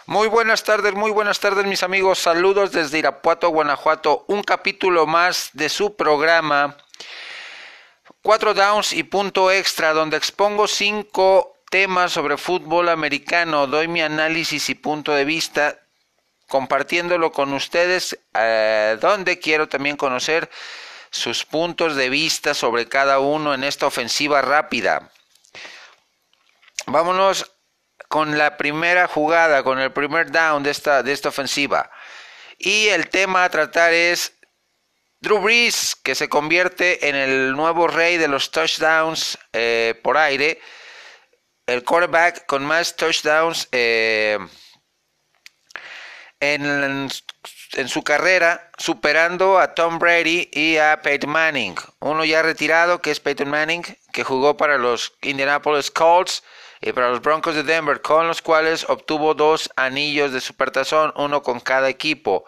Muy buenas tardes mis amigos, saludos desde Irapuato, Guanajuato, un capítulo más de su programa 4 Downs y Punto Extra, donde expongo 5 temas sobre fútbol americano, doy mi análisis y punto de vista, compartiéndolo con ustedes, donde quiero también conocer sus puntos de vista sobre cada uno en esta ofensiva rápida. Vámonos con la primera jugada, con el primer down de esta ofensiva. Y el tema a tratar es Drew Brees, que se convierte en el nuevo rey de los touchdowns por aire. El quarterback con más touchdowns en su carrera, superando a Tom Brady y a Peyton Manning. Uno ya retirado, que es Peyton Manning, que jugó para los Indianapolis Colts y para los Broncos de Denver, con los cuales obtuvo 2 anillos de supertazón, uno con cada equipo.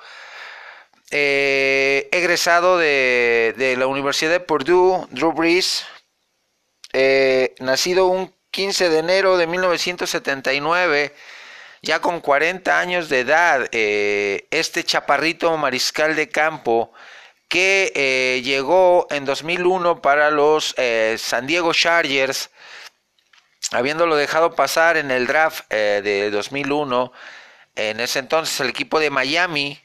Egresado de la Universidad de Purdue, Drew Brees, nacido un 15 de enero de 1979, ya con 40 años de edad, este chaparrito mariscal de campo que llegó en 2001 para los San Diego Chargers, habiéndolo dejado pasar en el draft de 2001. En ese entonces el equipo de Miami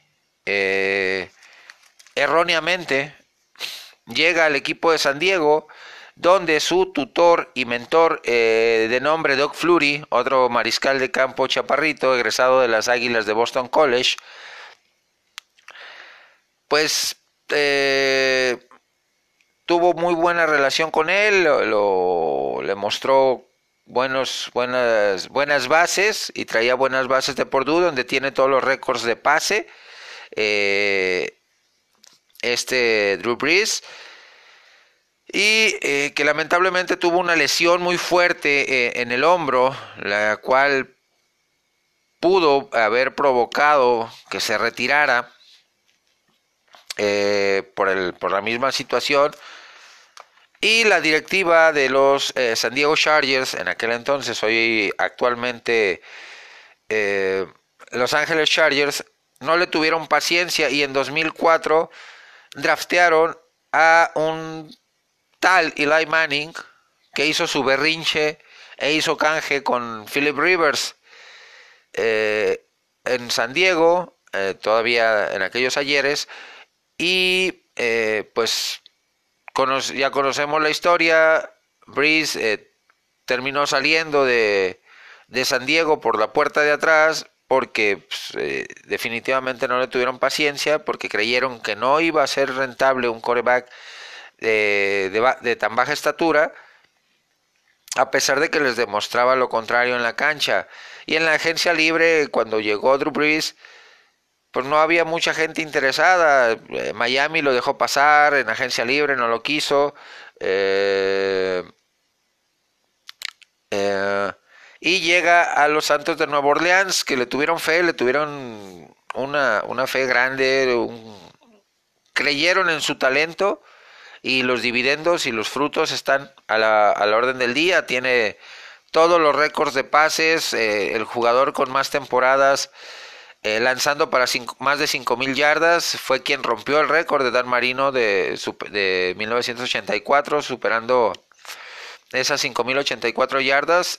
erróneamente llega al equipo de San Diego, donde su tutor y mentor de nombre Doug Flutie, otro mariscal de campo chaparrito, egresado de las Águilas de Boston College, pues tuvo muy buena relación con él, le mostró buenas bases y traía buenas bases de Purdue, donde tiene todos los récords de pase. Drew Brees, y que lamentablemente tuvo una lesión muy fuerte en el hombro, la cual pudo haber provocado que se retirara por la misma situación. Y la directiva de los San Diego Chargers, en aquel entonces, hoy actualmente Los Ángeles Chargers, no le tuvieron paciencia y en 2004 draftearon a un tal Eli Manning, que hizo su berrinche e hizo canje con Philip Rivers en San Diego, todavía en aquellos ayeres, y pues ya conocemos la historia. Brees terminó saliendo de San Diego por la puerta de atrás, porque definitivamente no le tuvieron paciencia, porque creyeron que no iba a ser rentable un quarterback de tan baja estatura, a pesar de que les demostraba lo contrario en la cancha. Y en la agencia libre, cuando llegó Drew Brees, pues no había mucha gente interesada. Miami lo dejó pasar en agencia libre, no lo quiso. Y llega a los Santos de Nueva Orleans, que le tuvieron fe, le tuvieron una fe grande, creyeron en su talento, y los dividendos y los frutos están a la orden del día. Tiene todos los récords de pases, el jugador con más temporadas lanzando para más de 5,000 yardas, fue quien rompió el récord de Dan Marino de 1984, superando esas 5,084 yardas.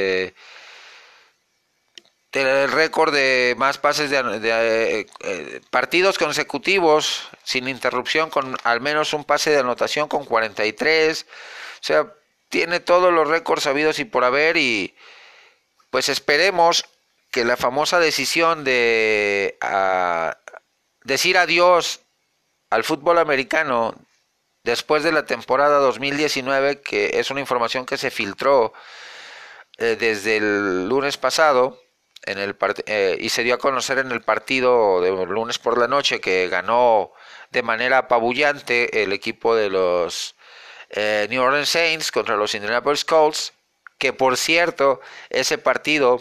El récord de más pases de partidos consecutivos sin interrupción, con al menos un pase de anotación, con 43. O sea, tiene todos los récords habidos y por haber, y pues esperemos que la famosa decisión de decir adiós al fútbol americano después de la temporada 2019, que es una información que se filtró desde el lunes pasado, y se dio a conocer en el partido de lunes por la noche, que ganó de manera apabullante el equipo de los New Orleans Saints contra los Indianapolis Colts, que por cierto, ese partido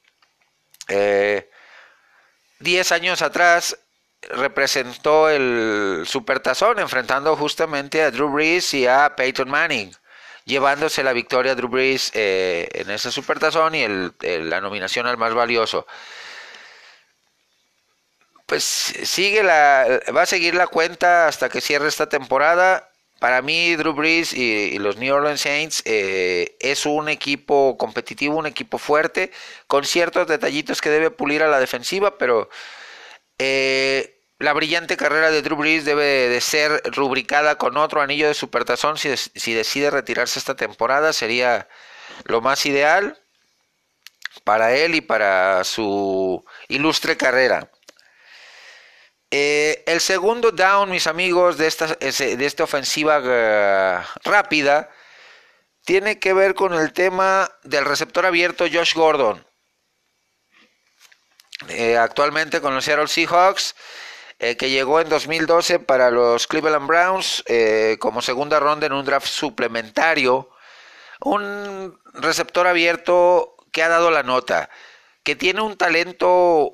10 años atrás representó el Supertazón, enfrentando justamente a Drew Brees y a Peyton Manning, llevándose la victoria a Drew Brees en ese Supertazón y la nominación al más valioso. Pues va a seguir la cuenta hasta que cierre esta temporada. Para mí, Drew Brees y los New Orleans Saints es un equipo competitivo, un equipo fuerte, con ciertos detallitos que debe pulir a la defensiva, pero la brillante carrera de Drew Brees debe de ser rubricada con otro anillo de supertazón si decide retirarse esta temporada. Sería lo más ideal para él y para su ilustre carrera. El segundo down, mis amigos, de esta ofensiva rápida, tiene que ver con el tema del receptor abierto Josh Gordon. Actualmente con los Seattle Seahawks, que llegó en 2012 para los Cleveland Browns como segunda ronda en un draft suplementario. Un receptor abierto que ha dado la nota, que tiene un talento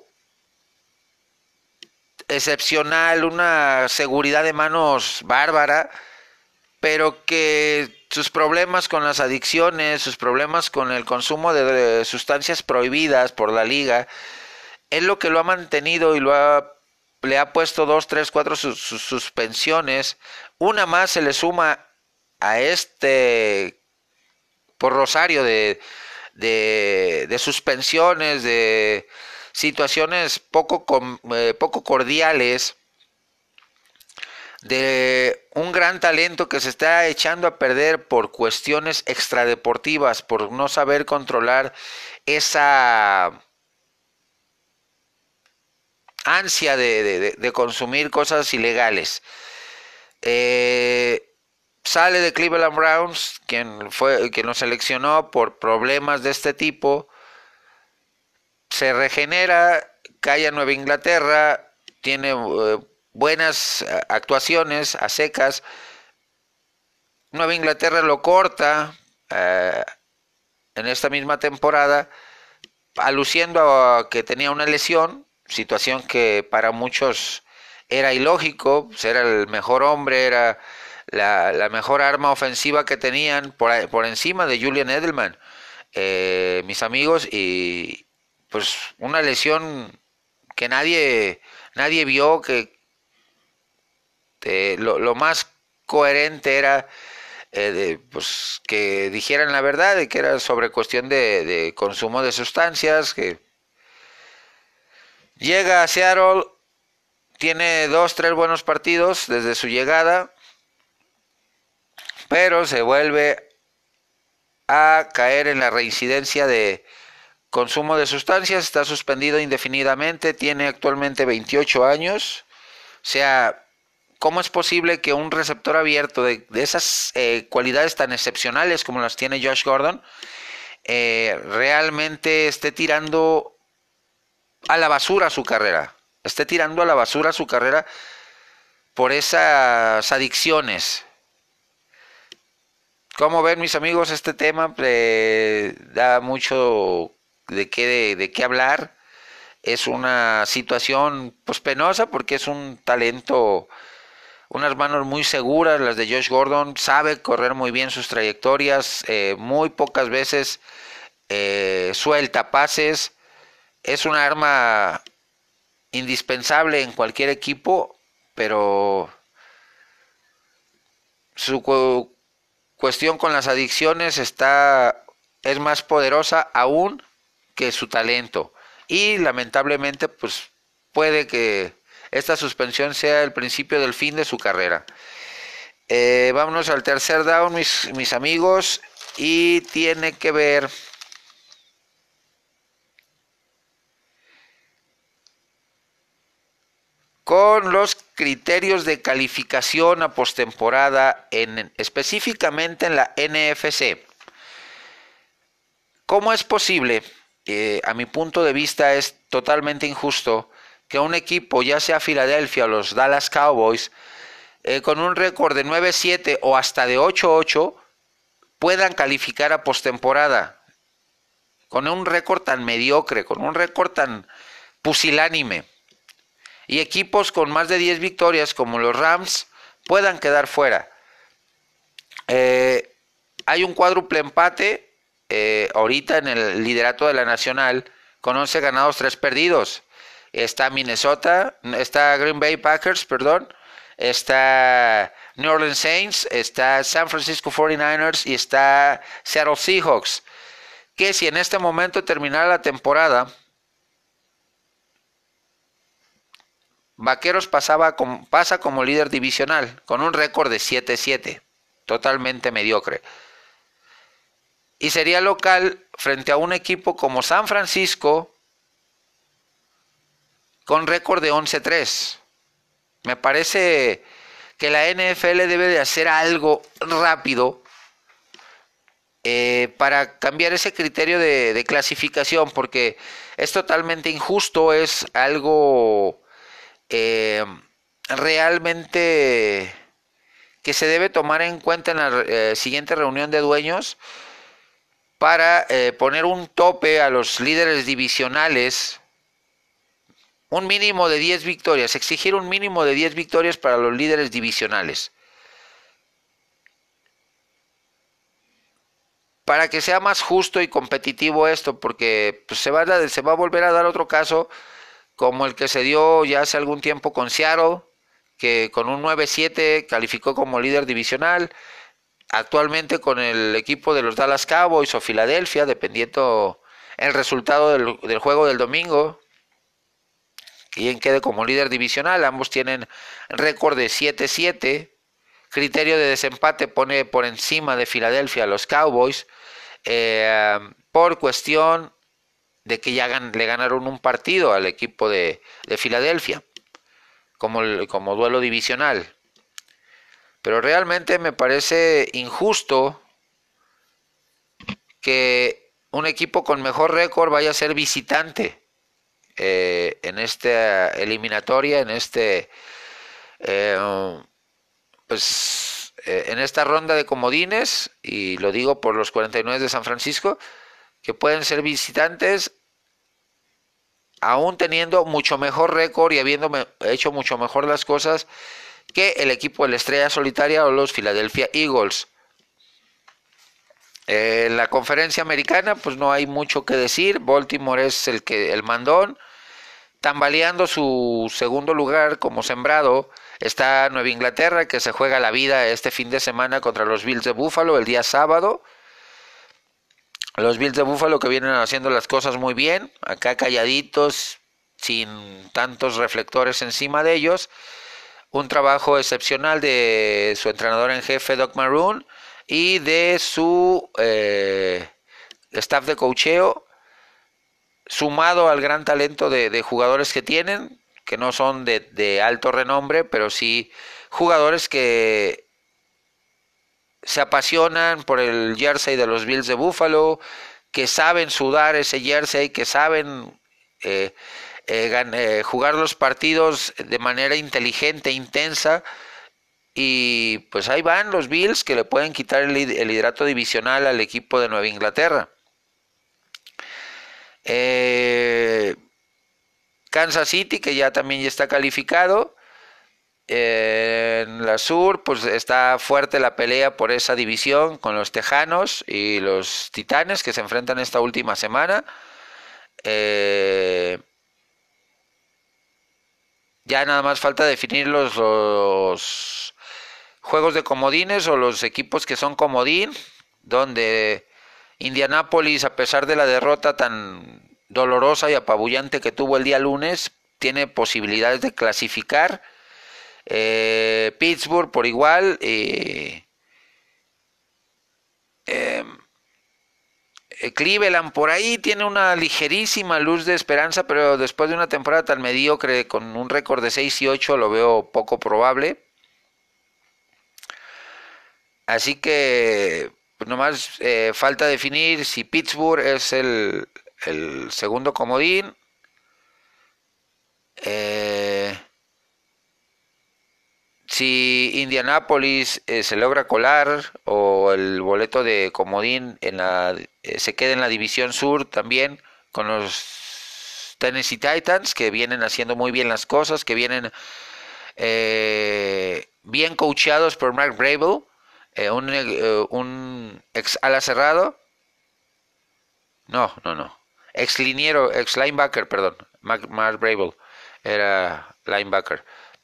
excepcional, una seguridad de manos bárbara, pero que sus problemas con las adicciones, sus problemas con el consumo de sustancias prohibidas por la liga, es lo que lo ha mantenido y le ha puesto 2, 3, 4 sus suspensiones. Una más se le suma a este por rosario de suspensiones, de situaciones poco cordiales, de un gran talento que se está echando a perder por cuestiones extradeportivas, por no saber controlar esa ansia de consumir cosas ilegales. Sale de Cleveland Browns, quien lo seleccionó por problemas de este tipo, se regenera, cae a Nueva Inglaterra, tiene buenas actuaciones a secas. Nueva Inglaterra lo corta en esta misma temporada, aluciendo a que tenía una lesión, situación que para muchos era ilógico, pues era el mejor hombre, era la mejor arma ofensiva que tenían por encima de Julian Edelman, mis amigos, y pues una lesión que nadie vio, que lo más coherente era pues que dijeran la verdad, de que era sobre cuestión de consumo de sustancias. Que llega a Seattle, tiene 2, 3 buenos partidos desde su llegada, pero se vuelve a caer en la reincidencia de consumo de sustancias. Está suspendido indefinidamente, tiene actualmente 28 años. O sea, ¿cómo es posible que un receptor abierto de esas cualidades tan excepcionales como las tiene Josh Gordon realmente esté tirando a la basura su carrera? Esté tirando a la basura su carrera por esas adicciones. ¿Cómo ven, mis amigos? Este tema da mucho de qué hablar. Es una situación pues penosa, porque es un talento, unas manos muy seguras las de Josh Gordon, sabe correr muy bien sus trayectorias, muy pocas veces suelta pases, es un arma indispensable en cualquier equipo, pero su cuestión con las adicciones es más poderosa aún que su talento, y lamentablemente pues puede que esta suspensión sea el principio del fin de su carrera. Vámonos al tercer down, mis amigos, y tiene que ver con los criterios de calificación a postemporada, específicamente en la NFC. ¿Cómo es posible? A mi punto de vista es totalmente injusto que un equipo, ya sea Filadelfia o los Dallas Cowboys, con un récord de 9-7 o hasta de 8-8, puedan calificar a postemporada, con un récord tan mediocre, con un récord tan pusilánime, y equipos con más de 10 victorias como los Rams puedan quedar fuera. Hay un cuádruple empate ahorita en el liderato de la Nacional, con 11 ganados, 3 perdidos. está Minnesota, está Green Bay Packers, perdón, está New Orleans Saints, está San Francisco 49ers y está Seattle Seahawks. Que si en este momento terminara la temporada, Vaqueros pasa como líder divisional, con un récord de 7-7, totalmente mediocre. Y sería local frente a un equipo como San Francisco, con récord de 11-3. Me parece que la NFL debe de hacer algo rápido para cambiar ese criterio de clasificación, porque es totalmente injusto, es algo realmente que se debe tomar en cuenta en la siguiente reunión de dueños para poner un tope a los líderes divisionales, un mínimo de 10 victorias, exigir un mínimo de 10 victorias para los líderes divisionales, para que sea más justo y competitivo esto, porque pues, se va a volver a dar otro caso como el que se dio ya hace algún tiempo con Seattle, que con un 9-7 calificó como líder divisional. Actualmente con el equipo de los Dallas Cowboys o Filadelfia, dependiendo el resultado del juego del domingo, quien quede como líder divisional. Ambos tienen récord de 7-7. Criterio de desempate pone por encima de Filadelfia a los Cowboys, por cuestión de que ya le ganaron un partido al equipo de Filadelfia como duelo divisional. Pero realmente me parece injusto que un equipo con mejor récord vaya a ser visitante en esta eliminatoria, en en esta ronda de comodines, y lo digo por los 49 de San Francisco, que pueden ser visitantes aún teniendo mucho mejor récord y habiendo hecho mucho mejor las cosas que el equipo de la Estrella Solitaria o los Philadelphia Eagles. En la conferencia americana pues no hay mucho que decir. Baltimore es el mandón, tambaleando su segundo lugar como sembrado. Está Nueva Inglaterra, que se juega la vida este fin de semana contra los Bills de Buffalo el día sábado. Los Bills de Buffalo que vienen haciendo las cosas muy bien, acá calladitos, sin tantos reflectores encima de ellos. Un trabajo excepcional de su entrenador en jefe Doug Marrone y de su staff de coacheo, sumado al gran talento de jugadores que tienen, que no son de alto renombre, pero sí jugadores que se apasionan por el jersey de los Bills de Buffalo, que saben sudar ese jersey, que saben jugar los partidos de manera inteligente, intensa, y pues ahí van los Bills que le pueden quitar el liderato divisional al equipo de Nueva Inglaterra. Kansas City, que ya también ya está calificado. En la sur, pues está fuerte la pelea por esa división con los Tejanos y los Titanes que se enfrentan esta última semana. Ya nada más falta definir los juegos de comodines o los equipos que son comodín, donde Indianápolis, a pesar de la derrota tan dolorosa y apabullante que tuvo el día lunes, tiene posibilidades de clasificar. Pittsburgh por igual. Cleveland por ahí tiene una ligerísima luz de esperanza, pero después de una temporada tan mediocre con un récord de 6-8 lo veo poco probable. Así que pues nomás falta definir si Pittsburgh es el segundo comodín. Si Indianapolis se logra colar o el boleto de comodín se queda en la división sur también con los Tennessee Titans, que vienen haciendo muy bien las cosas, que vienen bien coachados por Mark Vrabel, un ex ala cerrado, ex linebacker, perdón, Mark Vrabel. era linebacker.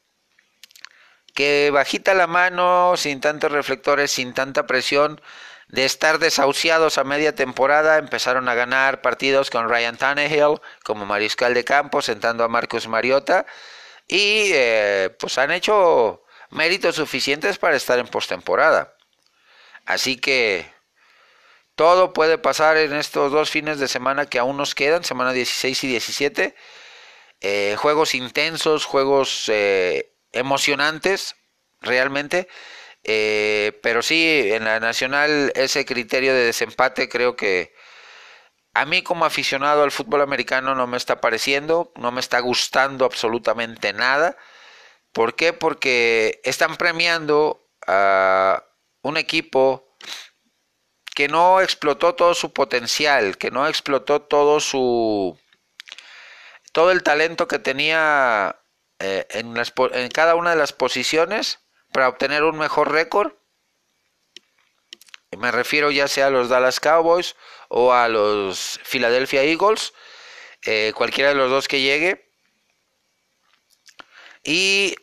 Que bajita la mano, sin tantos reflectores, sin tanta presión, de estar desahuciados a media temporada, empezaron a ganar partidos con Ryan Tannehill como mariscal de campo, sentando a Marcus Mariota, y pues han hecho méritos suficientes para estar en postemporada. Así que todo puede pasar en estos dos fines de semana que aún nos quedan, semana 16 y 17. Juegos intensos, juegos emocionantes, realmente. Pero sí, en la nacional ese criterio de desempate creo que a mí como aficionado al fútbol americano no me está pareciendo, no me está gustando absolutamente nada. ¿Por qué? Porque están premiando a un equipo que no explotó todo su potencial, que no explotó todo el talento que tenía en cada una de las posiciones para obtener un mejor récord. Me refiero ya sea a los Dallas Cowboys o a los Philadelphia Eagles, cualquiera de los dos que llegue. Y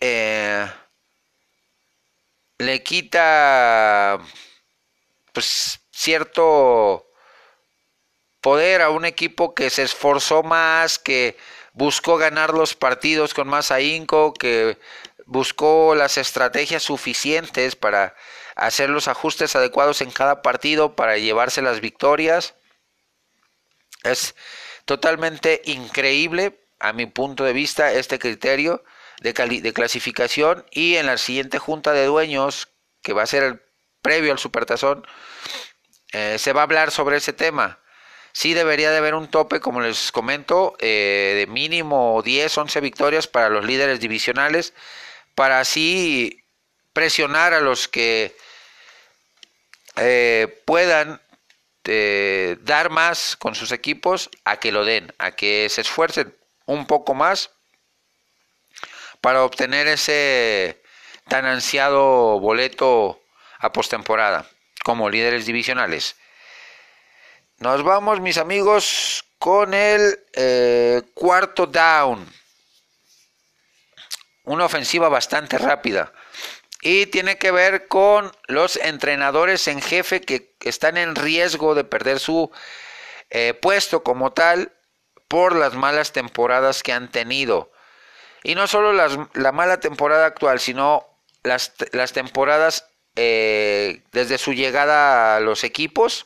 le quita pues cierto poder a un equipo que se esforzó más, que buscó ganar los partidos con más ahínco, que buscó las estrategias suficientes para hacer los ajustes adecuados en cada partido para llevarse las victorias. Es totalmente increíble, a mi punto de vista, este criterio de clasificación, y en la siguiente junta de dueños, que va a ser el previo al Supertazón, se va a hablar sobre ese tema. Sí debería de haber un tope, como les comento, de mínimo 10, 11 victorias para los líderes divisionales, para así presionar a los que puedan dar más con sus equipos a que lo den, a que se esfuercen un poco más para obtener ese tan ansiado boleto a postemporada como líderes divisionales. Nos vamos, mis amigos, con el cuarto down. Una ofensiva bastante rápida. Y tiene que ver con los entrenadores en jefe que están en riesgo de perder su puesto como tal por las malas temporadas que han tenido. Y no solo la mala temporada actual, sino las temporadas desde su llegada a los equipos,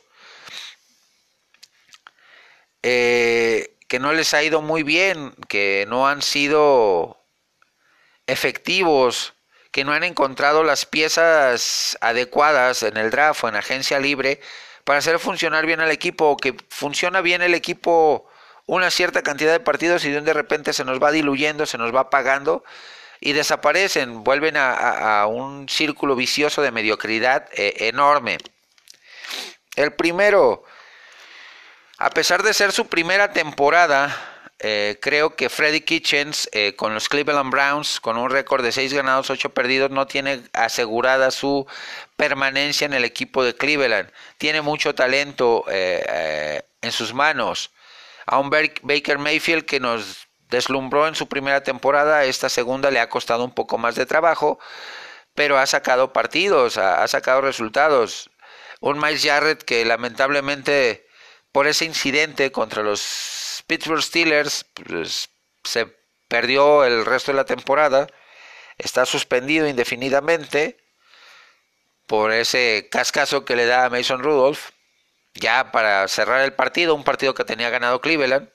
que no les ha ido muy bien, que no han sido efectivos, que no han encontrado las piezas adecuadas en el draft o en agencia libre para hacer funcionar bien al equipo, o que funciona bien el equipo una cierta cantidad de partidos y de repente se nos va diluyendo, se nos va apagando y desaparecen, vuelven a un círculo vicioso de mediocridad enorme. El primero, a pesar de ser su primera temporada, creo que Freddie Kitchens con los Cleveland Browns, con un récord de 6 ganados, 8 perdidos, no tiene asegurada su permanencia en el equipo de Cleveland. Tiene mucho talento en sus manos. A un Baker Mayfield que nos deslumbró en su primera temporada, esta segunda le ha costado un poco más de trabajo, pero ha sacado partidos, ha sacado resultados. Un Myles Jarrett que lamentablemente por ese incidente contra los Pittsburgh Steelers pues, se perdió el resto de la temporada, está suspendido indefinidamente por ese cascazo que le da a Mason Rudolph, ya para cerrar el partido, un partido que tenía ganado Cleveland.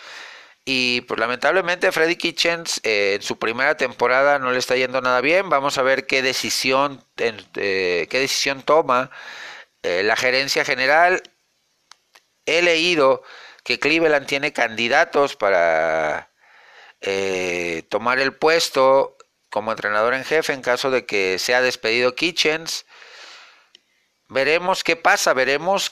Y pues lamentablemente Freddie Kitchens en su primera temporada no le está yendo nada bien. Vamos a ver qué decisión toma la gerencia general. He leído que Cleveland tiene candidatos para tomar el puesto como entrenador en jefe en caso de que sea despedido Kitchens. Veremos qué pasa, veremos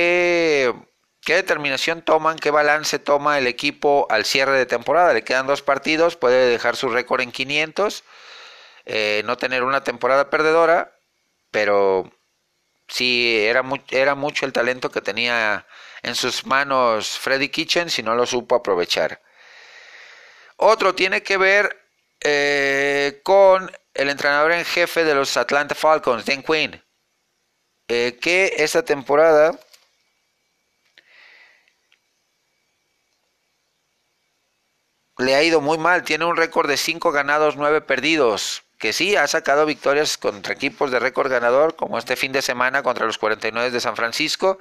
qué determinación toman, qué balance toma el equipo al cierre de temporada. Le quedan 2 partidos, puede dejar su récord en 500, no tener una temporada perdedora, pero sí era mucho el talento que tenía en sus manos Freddie Kitchens y no lo supo aprovechar. Otro tiene que ver con el entrenador en jefe de los Atlanta Falcons, Dan Quinn, que esta temporada le ha ido muy mal. Tiene un récord de 5 ganados, 9 perdidos. Que sí, ha sacado victorias contra equipos de récord ganador, como este fin de semana contra los 49 de San Francisco,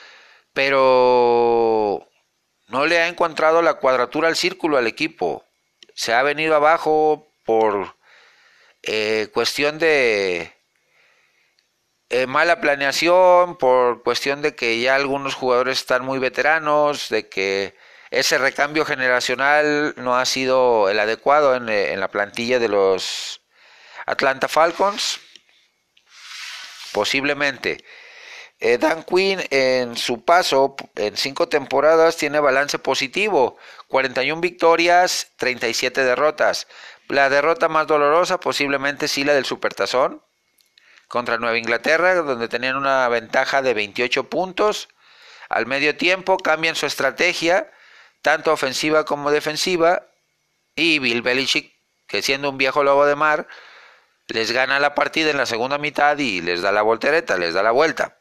pero no le ha encontrado la cuadratura al círculo al equipo. Se ha venido abajo por cuestión de mala planeación, por cuestión de que ya algunos jugadores están muy veteranos, de que ese recambio generacional no ha sido el adecuado en la plantilla de los Atlanta Falcons. Posiblemente. Dan Quinn en su paso en 5 temporadas tiene balance positivo, 41 victorias, 37 derrotas. La derrota más dolorosa posiblemente sí la del Supertazón contra Nueva Inglaterra, donde tenían una ventaja de 28 puntos. Al medio tiempo cambian su estrategia, tanto ofensiva como defensiva, y Bill Belichick, que siendo un viejo lobo de mar, les gana la partida en la segunda mitad y les da la voltereta, les da la vuelta.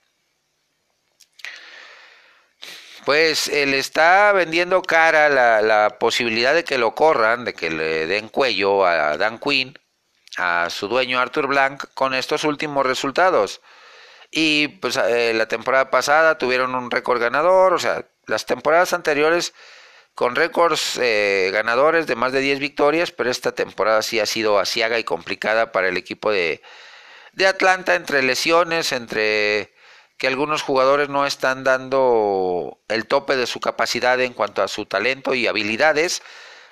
Pues él está vendiendo cara la posibilidad de que lo corran, de que le den cuello a Dan Quinn, a su dueño Arthur Blank, con estos últimos resultados. Y pues la temporada pasada tuvieron un récord ganador, o sea, las temporadas anteriores con récords ganadores de más de 10 victorias, pero esta temporada sí ha sido aciaga y complicada para el equipo de Atlanta, entre lesiones, entre que algunos jugadores no están dando el tope de su capacidad en cuanto a su talento y habilidades.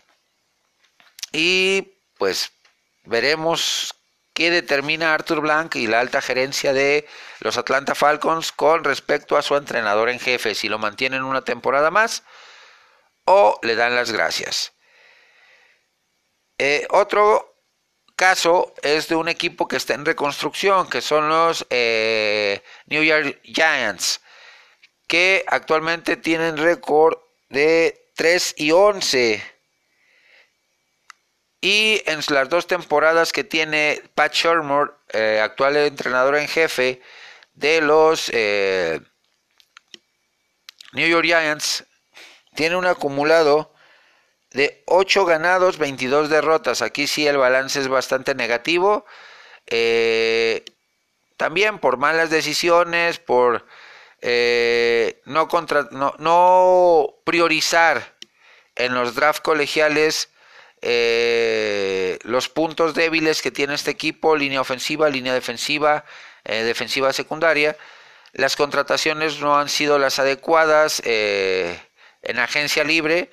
Y pues veremos qué determina Arthur Blank y la alta gerencia de los Atlanta Falcons con respecto a su entrenador en jefe, si lo mantienen una temporada más o le dan las gracias. Otro caso es de un equipo que está en reconstrucción, que son los New York Giants, que actualmente tienen récord de 3-11. Y en las 2 temporadas que tiene Pat Shurmur, actual entrenador en jefe de los New York Giants, tiene un acumulado de 8 ganados, 22 derrotas. Aquí sí el balance es bastante negativo. También por malas decisiones, por no priorizar en los drafts colegiales los puntos débiles que tiene este equipo, línea ofensiva, línea defensiva, defensiva secundaria. Las contrataciones no han sido las adecuadas en agencia libre.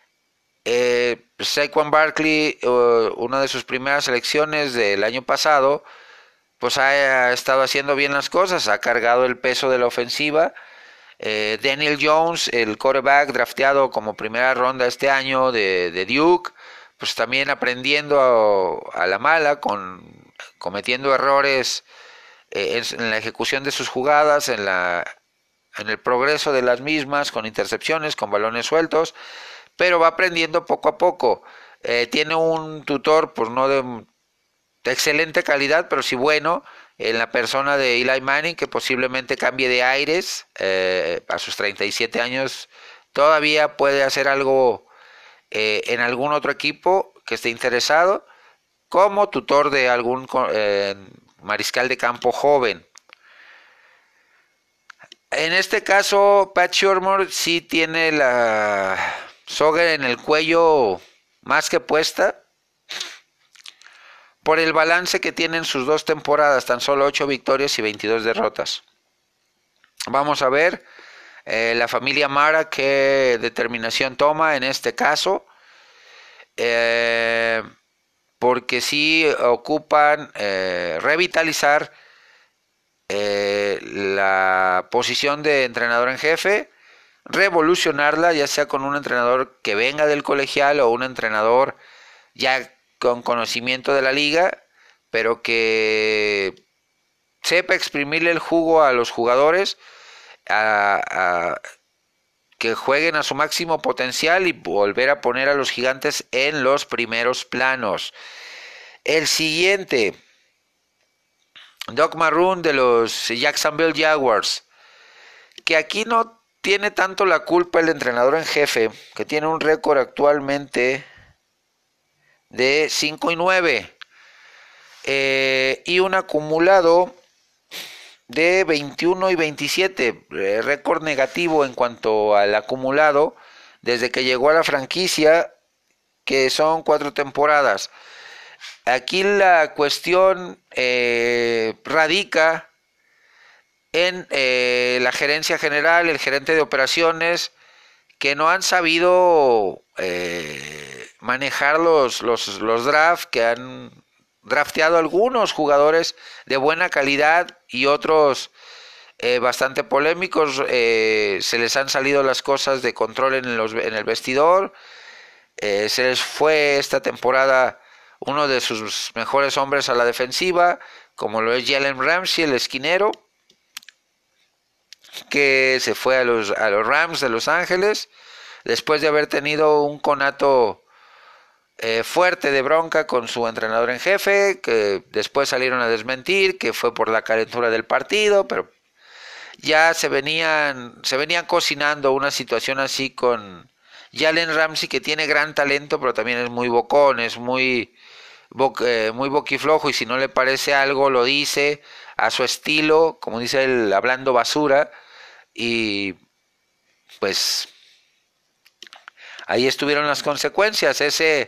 Saquon Barkley, una de sus primeras selecciones del año pasado, pues ha estado haciendo bien las cosas, ha cargado el peso de la ofensiva. Daniel Jones, el quarterback drafteado como primera ronda este año de Duke, pues también aprendiendo a la mala, cometiendo errores en la ejecución de sus jugadas, en el progreso de las mismas, con intercepciones, con balones sueltos, pero va aprendiendo poco a poco. Tiene un tutor, pues no de excelente calidad, pero sí bueno, en la persona de Eli Manning, que posiblemente cambie de aires a sus 37 años. Todavía puede hacer algo en algún otro equipo que esté interesado, como tutor de algún mariscal de campo joven. En este caso, Pat Shurmur sí tiene la soga en el cuello más que puesta por el balance que tienen sus 2 temporadas, tan solo 8 victorias y 22 derrotas. Vamos a ver la familia Mara qué determinación toma en este caso, porque sí ocupan revitalizar la posición de entrenador en jefe, revolucionarla, ya sea con un entrenador que venga del colegial o un entrenador ya con conocimiento de la liga, pero que sepa exprimirle el jugo a los jugadores, a que jueguen a su máximo potencial y volver a poner a los Gigantes en los primeros planos. El siguiente, Doug Marrone de los Jacksonville Jaguars, que aquí no tiene tanto la culpa el entrenador en jefe, que tiene un récord actualmente de 5-9 y un acumulado de 21-27, récord negativo en cuanto al acumulado desde que llegó a la franquicia, que son 4 temporadas. Aquí la cuestión radica en la gerencia general, el gerente de operaciones, que no han sabido manejar los drafts, que han drafteado algunos jugadores de buena calidad y otros bastante polémicos. Se les han salido las cosas de control en el vestidor. Se les fue esta temporada uno de sus mejores hombres a la defensiva, como lo es Jalen Ramsey, el esquinero, que se fue a los Rams de Los Ángeles después de haber tenido un conato fuerte de bronca con su entrenador en jefe, que después salieron a desmentir que fue por la calentura del partido, pero ya se venían cocinando una situación así con Jalen Ramsey, que tiene gran talento, pero también es muy bocón, es muy boquiflojo, y si no le parece algo lo dice a su estilo, como dice él, hablando basura, y pues ahí estuvieron las consecuencias.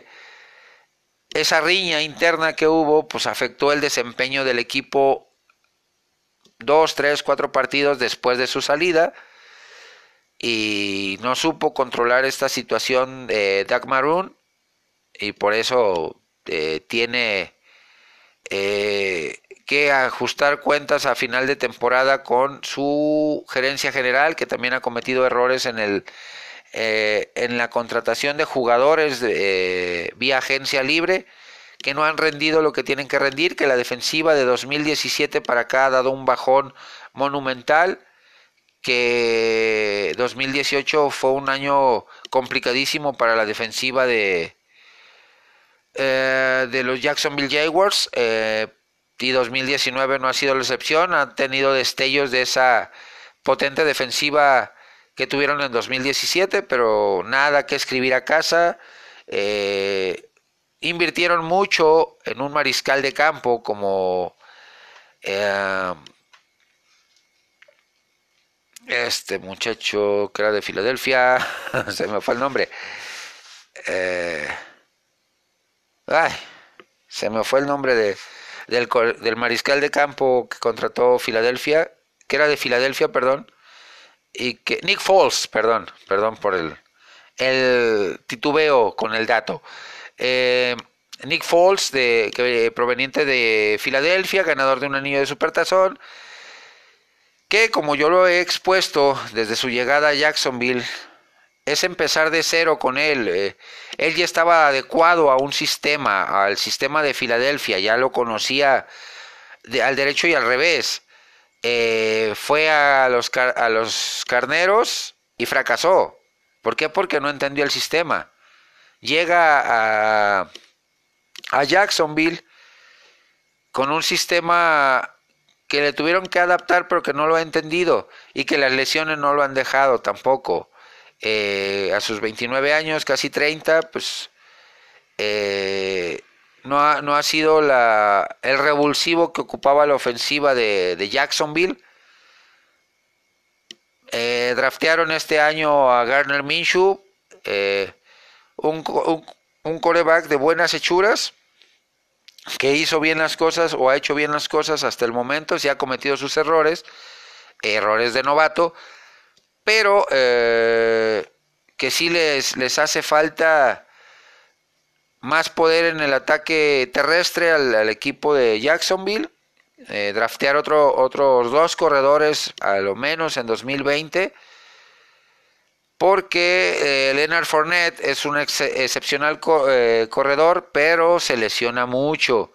Esa riña interna que hubo pues afectó el desempeño del equipo 2, 3, 4 partidos después de su salida, y no supo controlar esta situación Doug Marrone, y por eso tiene que ajustar cuentas a final de temporada con su gerencia general, que también ha cometido errores en la contratación de jugadores vía agencia libre, que no han rendido lo que tienen que rendir, que la defensiva de 2017 para acá ha dado un bajón monumental, que 2018 fue un año complicadísimo para la defensiva de los Jacksonville Jaguars, y 2019 no ha sido la excepción. Han tenido destellos de esa potente defensiva que tuvieron en 2017, pero nada que escribir a casa. Invirtieron mucho en un mariscal de campo como este muchacho que era de Filadelfia, se me fue el nombre. Eh, ay, se me fue el nombre del mariscal de campo que contrató Filadelfia, que era de Filadelfia, perdón, y que Nick Foles, perdón por el titubeo con el dato. Nick Foles, proveniente de Filadelfia, ganador de un anillo de Supertazón, que como yo lo he expuesto desde su llegada a Jacksonville, es empezar de cero con él. Él ya estaba adecuado a un sistema, al sistema de Filadelfia, ya lo conocía al derecho y al revés. Fue a los Carneros y fracasó. ¿Por qué? Porque no entendió el sistema. Llega a Jacksonville con un sistema que le tuvieron que adaptar, pero que no lo ha entendido, y que las lesiones no lo han dejado tampoco. A sus 29 años, casi 30, pues no ha sido el revulsivo que ocupaba la ofensiva de Jacksonville. Draftearon este año a Gardner Minshew, un quarterback de buenas hechuras, que hizo bien las cosas, o ha hecho bien las cosas hasta el momento. Sí ha cometido sus errores de novato, pero que sí les hace falta más poder en el ataque terrestre al equipo de Jacksonville. Draftear otros 2 corredores a lo menos en 2020, porque Leonard Fournette es un excepcional corredor, pero se lesiona mucho,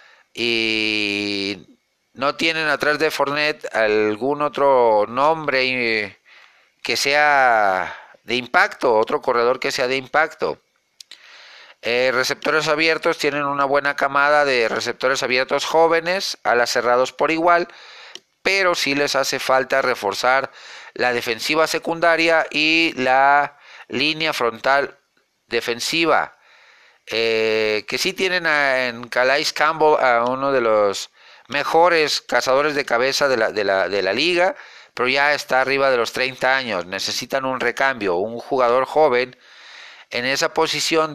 y no tienen atrás de Fournette algún otro nombre que sea de impacto, otro corredor que sea de impacto. Receptores abiertos, tienen una buena camada de receptores abiertos jóvenes, alas cerrados por igual, pero sí les hace falta reforzar la defensiva secundaria y la línea frontal defensiva. Que sí tienen en Calais Campbell a uno de los mejores cazadores de cabeza de la liga, pero ya está arriba de los 30 años. Necesitan un recambio, un jugador joven en esa posición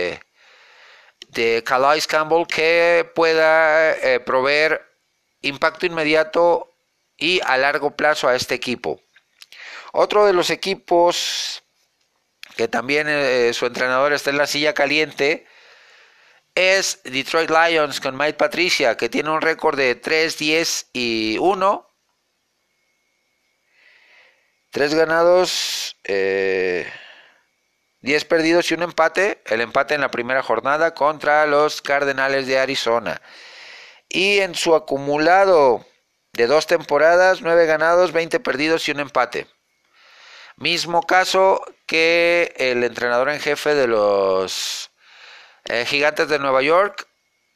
de Calais Campbell que pueda proveer impacto inmediato y a largo plazo a este equipo. Otro de los equipos que también su entrenador está en la silla caliente es Detroit Lions con Mike Patricia, que tiene un récord de 3-10-1. 3 ganados, 10 perdidos y un empate. El empate en la primera jornada contra los Cardenales de Arizona. Y en su acumulado de 2 temporadas, 9 ganados, 20 perdidos y un empate. Mismo caso que el entrenador en jefe de los Gigantes de Nueva York,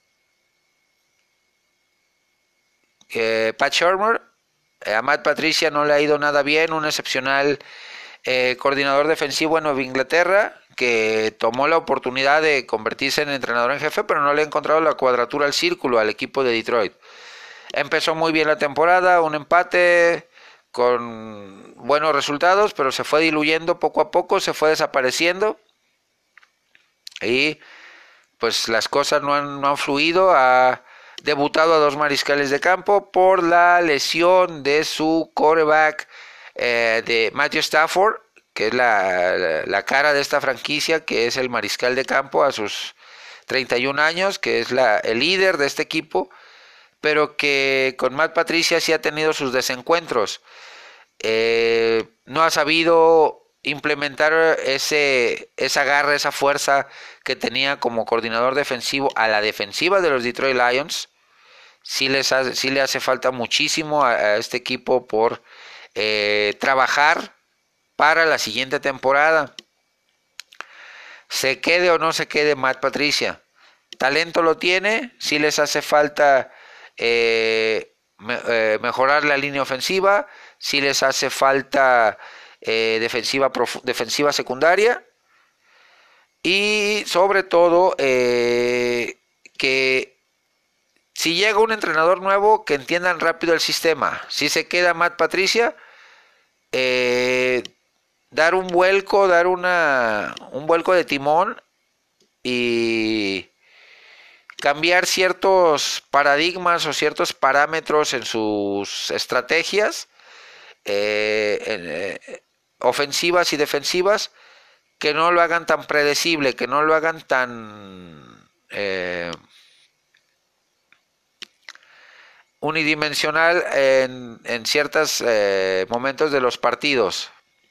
Pat Shurmur. A Matt Patricia no le ha ido nada bien, un excepcional coordinador defensivo en Nueva Inglaterra, que tomó la oportunidad de convertirse en entrenador en jefe, pero no le ha encontrado la cuadratura al círculo al equipo de Detroit. Empezó muy bien la temporada, un empate con buenos resultados, pero se fue diluyendo poco a poco, se fue desapareciendo y pues las cosas no han fluido. Ha debutado a 2 mariscales de campo por la lesión de su quarterback, de Matthew Stafford, que es la cara de esta franquicia, que es el mariscal de campo a sus 31 años, que es el líder de este equipo, pero que con Matt Patricia sí ha tenido sus desencuentros. No ha sabido implementar esa garra, esa fuerza que tenía como coordinador defensivo a la defensiva de los Detroit Lions. Sí le hace falta muchísimo a este equipo por trabajar para la siguiente temporada. Se quede o no se quede Matt Patricia. Talento lo tiene, sí les hace falta mejorar la línea ofensiva, sí les hace falta defensiva secundaria y sobre todo que si llega un entrenador nuevo, que entiendan rápido el sistema. Si se queda Matt Patricia, dar un vuelco, un vuelco de timón y cambiar ciertos paradigmas o ciertos parámetros en sus estrategias ofensivas y defensivas, que no lo hagan tan predecible, que no lo hagan tan unidimensional en ciertos momentos de los partidos.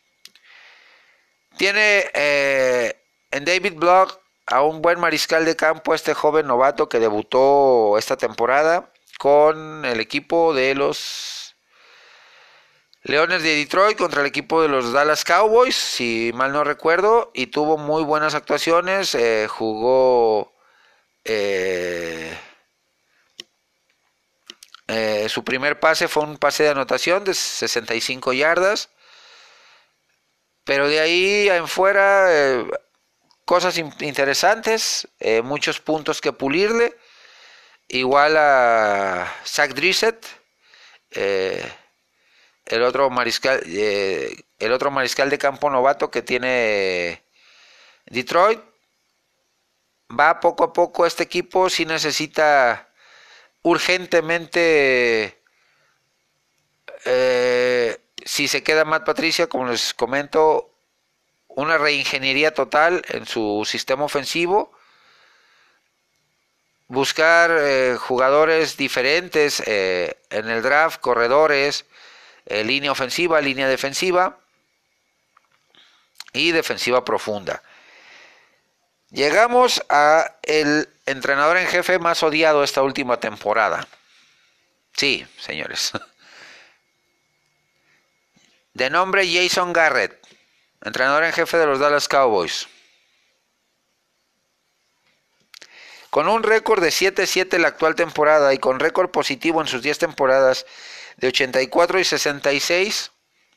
Tiene en David Block a un buen mariscal de campo, este joven novato que debutó esta temporada con el equipo de los Leones de Detroit contra el equipo de los Dallas Cowboys, si mal no recuerdo, y tuvo muy buenas actuaciones. Jugó su primer pase fue un pase de anotación de 65 yardas, pero de ahí en fuera cosas interesantes, muchos puntos que pulirle, igual a Zach Drissett, el otro mariscal de campo novato que tiene Detroit. Va poco a poco, este equipo sí necesita urgentemente, si se queda Matt Patricia, como les comento, una reingeniería total en su sistema ofensivo, buscar jugadores diferentes en el draft, corredores, línea ofensiva, línea defensiva y defensiva profunda. Llegamos a el entrenador en jefe más odiado esta última temporada. Sí, señores. De nombre Jason Garrett. entrenador en jefe de los Dallas Cowboys. Con un récord de 7-7 la actual temporada y con récord positivo en sus 10 temporadas de 84 y 66,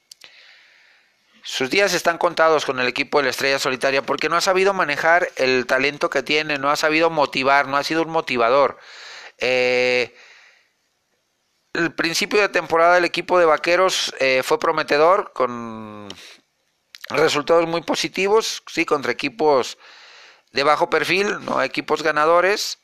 sus días están contados con el equipo de la Estrella Solitaria porque no ha sabido manejar el talento que tiene, no ha sabido motivar, no ha sido un motivador. El principio de temporada del equipo de Vaqueros fue prometedor, con resultados muy positivos, sí, contra equipos de bajo perfil, no equipos ganadores,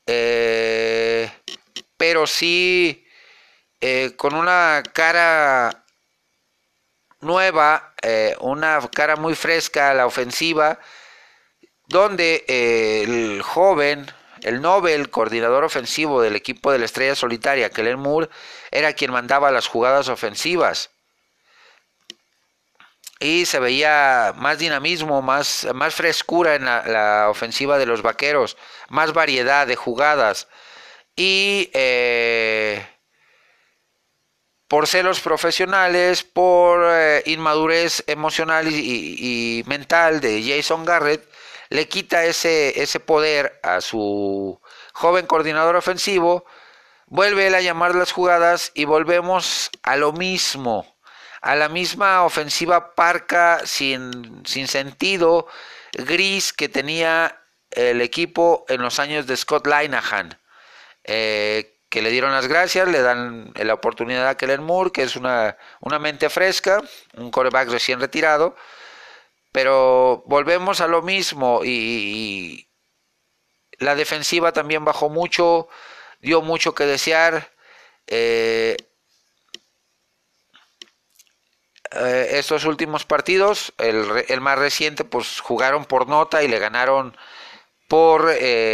pero sí con una cara nueva, una cara muy fresca a la ofensiva, donde el joven, el Nobel coordinador ofensivo del equipo de la Estrella Solitaria, Kellen Moore, era quien mandaba las jugadas ofensivas. Y se veía más dinamismo, más frescura en la ofensiva de los Vaqueros, más variedad de jugadas. Y por celos profesionales, por inmadurez emocional y mental de Jason Garrett, le quita ese poder a su joven coordinador ofensivo, vuelve él a llamar las jugadas y volvemos a lo mismo, a la misma ofensiva parca, sin sentido, gris que tenía el equipo en los años de Scott Linehan, que le dieron las gracias, le dan la oportunidad a Kellen Moore, que es una mente fresca, un quarterback recién retirado, pero volvemos a lo mismo y la defensiva también bajó mucho, dio mucho que desear. Estos últimos partidos, el más reciente, pues jugaron por nota y le ganaron por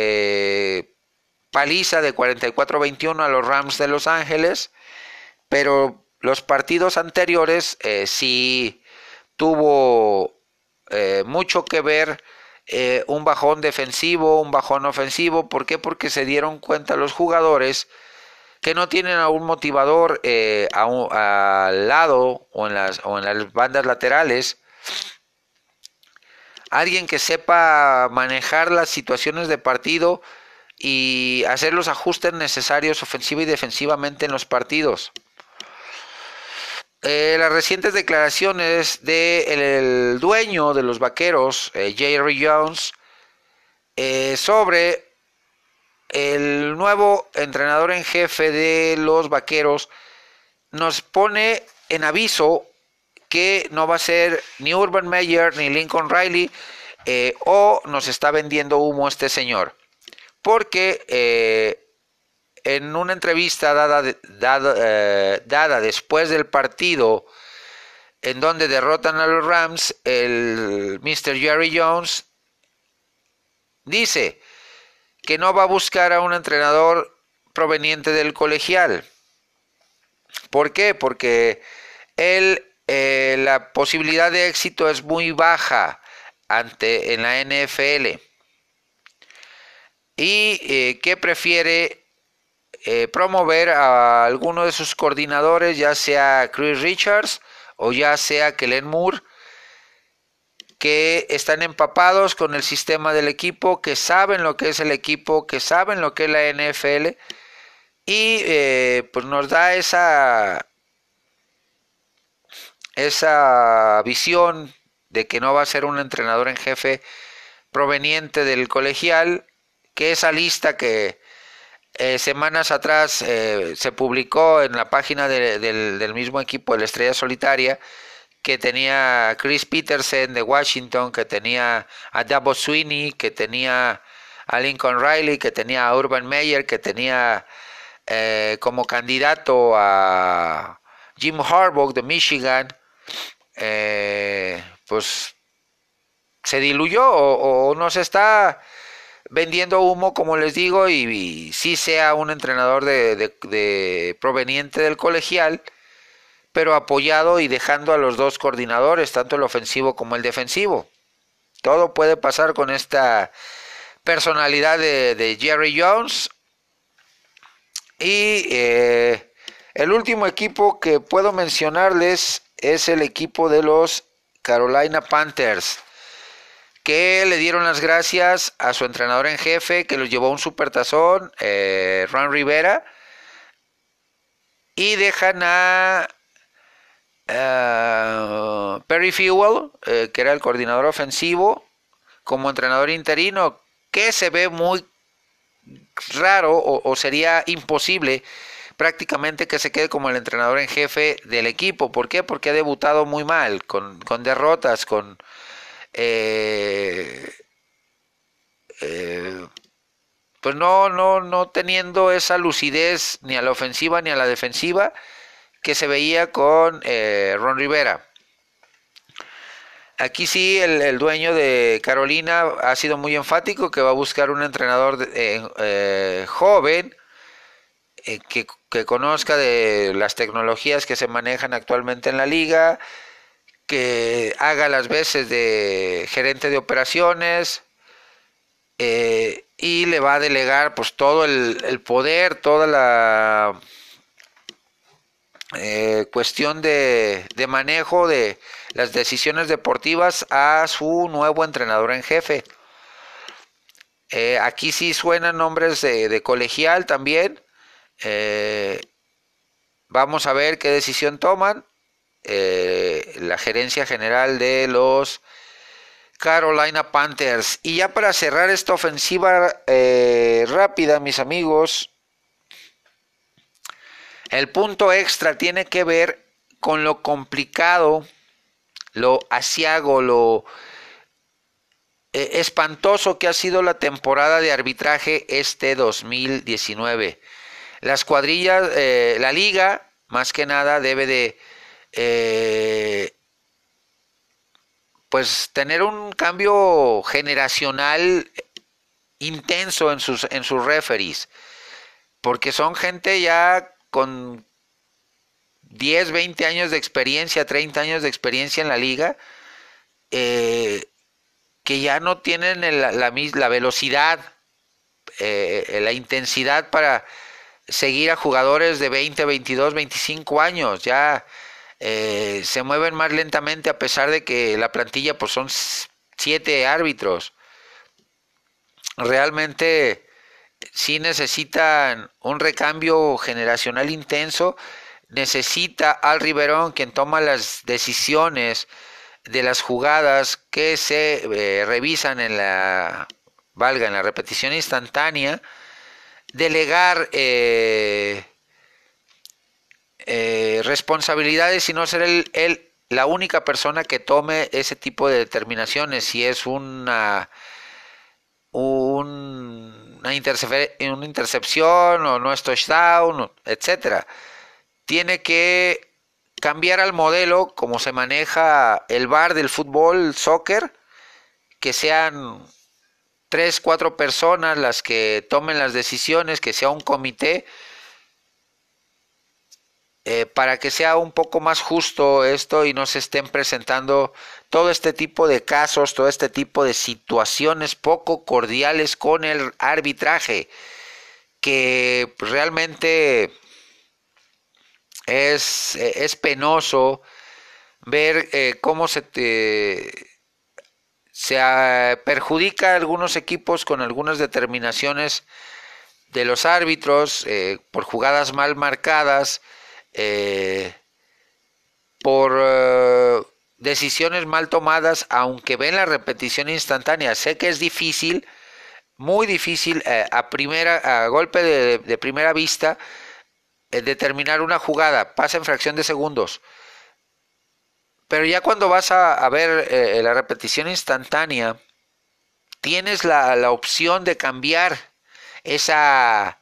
paliza de 44-21 a los Rams de Los Ángeles, pero los partidos anteriores sí tuvo mucho que ver un bajón defensivo, un bajón ofensivo. ¿Por qué? Porque se dieron cuenta los jugadores que no tienen a un motivador al lado o en las bandas laterales, alguien que sepa manejar las situaciones de partido y hacer los ajustes necesarios ofensiva y defensivamente en los partidos. Las recientes declaraciones del dueño de los Vaqueros, Jerry Jones, sobre el nuevo entrenador en jefe de los Vaqueros, nos pone en aviso que no va a ser ni Urban Meyer ni Lincoln Riley, o nos está vendiendo humo este señor, porque en una entrevista dada después del partido en donde derrotan a los Rams, el Mr. Jerry Jones dice que no va a buscar a un entrenador proveniente del colegial. ¿Por qué? Porque la posibilidad de éxito es muy baja en la NFL. Y que prefiere promover a alguno de sus coordinadores, ya sea Chris Richards o ya sea Kellen Moore, que están empapados con el sistema del equipo, que saben lo que es el equipo, que saben lo que es la NFL, y pues nos da esa visión de que no va a ser un entrenador en jefe proveniente del colegial, que esa lista que semanas atrás se publicó en la página del mismo equipo de la Estrella Solitaria, que tenía a Chris Peterson de Washington, que tenía a Dabo Swinney, que tenía a Lincoln Riley, que tenía a Urban Meyer, que tenía como candidato a Jim Harbaugh de Michigan, pues se diluyó o nos está vendiendo humo, como les digo, y sí sea un entrenador proveniente del colegial, pero apoyado y dejando a los dos coordinadores, tanto el ofensivo como el defensivo. Todo puede pasar con esta personalidad de Jerry Jones. Y el último equipo que puedo mencionarles es el equipo de los Carolina Panthers, que le dieron las gracias a su entrenador en jefe, que los llevó a un supertazón, Ron Rivera, y dejan a Perry Fewell, que era el coordinador ofensivo, como entrenador interino, que se ve muy raro o sería imposible prácticamente que se quede como el entrenador en jefe del equipo. ¿Por qué? Porque ha debutado muy mal, con derrotas, con pues no teniendo esa lucidez ni a la ofensiva ni a la defensiva que se veía con Ron Rivera. Aquí sí, el dueño de Carolina ha sido muy enfático que va a buscar un entrenador joven, que conozca de las tecnologías que se manejan actualmente en la liga, que haga las veces de gerente de operaciones, y le va a delegar pues todo el poder, toda la cuestión de manejo de las decisiones deportivas a su nuevo entrenador en jefe. Aquí sí suenan nombres de colegial también. Vamos a ver qué decisión toman la gerencia general de los Carolina Panthers. Y ya para cerrar esta ofensiva rápida, mis amigos, el punto extra tiene que ver con lo complicado, lo aciago, lo espantoso que ha sido la temporada de arbitraje este 2019. Las cuadrillas, la liga, más que nada, debe de pues tener un cambio generacional intenso en sus referees, porque son gente ya con 10, 20 años de experiencia, 30 años de experiencia en la liga, que ya no tienen la velocidad, la intensidad para seguir a jugadores de 20, 22, 25 años. Ya se mueven más lentamente, a pesar de que la plantilla pues son 7 árbitros. Realmente sí necesitan un recambio generacional intenso. Necesita Al Riverón, quien toma las decisiones de las jugadas que se revisan en la repetición instantánea, delegar responsabilidades y no ser la única persona que tome ese tipo de determinaciones. Si es una intercepción o no es touchdown, etcétera. Tiene que cambiar al modelo como se maneja el VAR del fútbol, soccer, que sean 3, 4 personas las que tomen las decisiones, que sea un comité, para que sea un poco más justo esto y no se estén presentando todo este tipo de casos, todo este tipo de situaciones poco cordiales con el arbitraje, que realmente es penoso ver cómo se perjudica a algunos equipos con algunas determinaciones de los árbitros, por jugadas mal marcadas, por decisiones mal tomadas, aunque ven la repetición instantánea. Sé que es difícil, muy difícil, a golpe de primera vista, determinar una jugada, pasa en fracción de segundos. Pero ya cuando vas a ver la repetición instantánea, tienes la opción de cambiar esa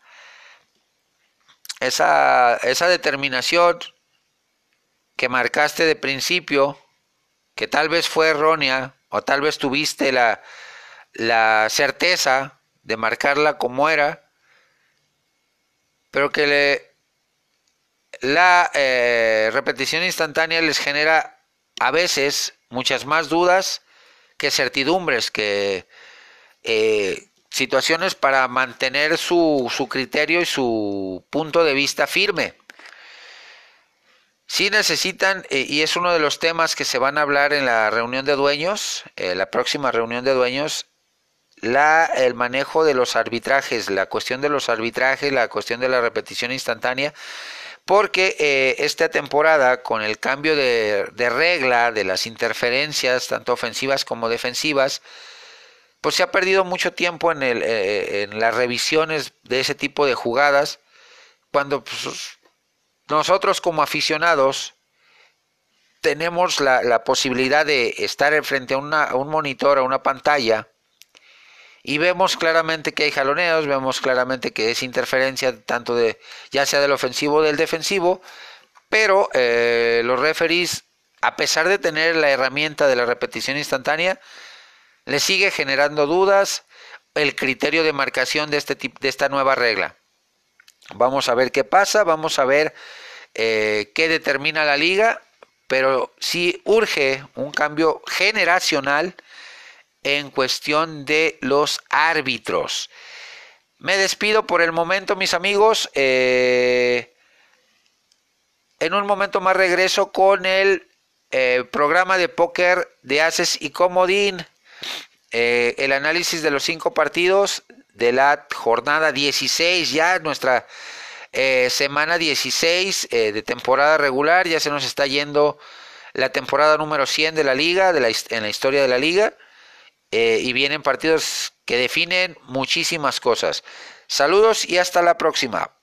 determinación que marcaste de principio, que tal vez fue errónea, o tal vez tuviste la certeza de marcarla como era, pero que la repetición instantánea les genera a veces muchas más dudas que certidumbres, que situaciones para mantener su criterio y su punto de vista firme. Sí necesitan, y es uno de los temas que se van a hablar en la reunión de dueños, la próxima reunión de dueños, el manejo de los arbitrajes, la cuestión de los arbitrajes, la cuestión de la repetición instantánea, porque esta temporada, con el cambio de regla de las interferencias, tanto ofensivas como defensivas, pues se ha perdido mucho tiempo en las revisiones de ese tipo de jugadas, cuando pues, nosotros como aficionados tenemos la posibilidad de estar frente a un monitor, a una pantalla, y vemos claramente que hay jaloneos, vemos claramente que es interferencia tanto de ya sea del ofensivo o del defensivo, pero los referees, a pesar de tener la herramienta de la repetición instantánea, le sigue generando dudas el criterio de marcación de de esta nueva regla. Vamos a ver qué pasa, vamos a ver qué determina la liga, pero sí urge un cambio generacional en cuestión de los árbitros. Me despido por el momento, mis amigos. En un momento más regreso con el programa de póker de Ases y Comodín. El análisis de los 5 partidos de la jornada 16, ya nuestra semana 16 de temporada regular. Ya se nos está yendo la temporada número 100 de la liga, en la historia de la liga. Y vienen partidos que definen muchísimas cosas. Saludos y hasta la próxima.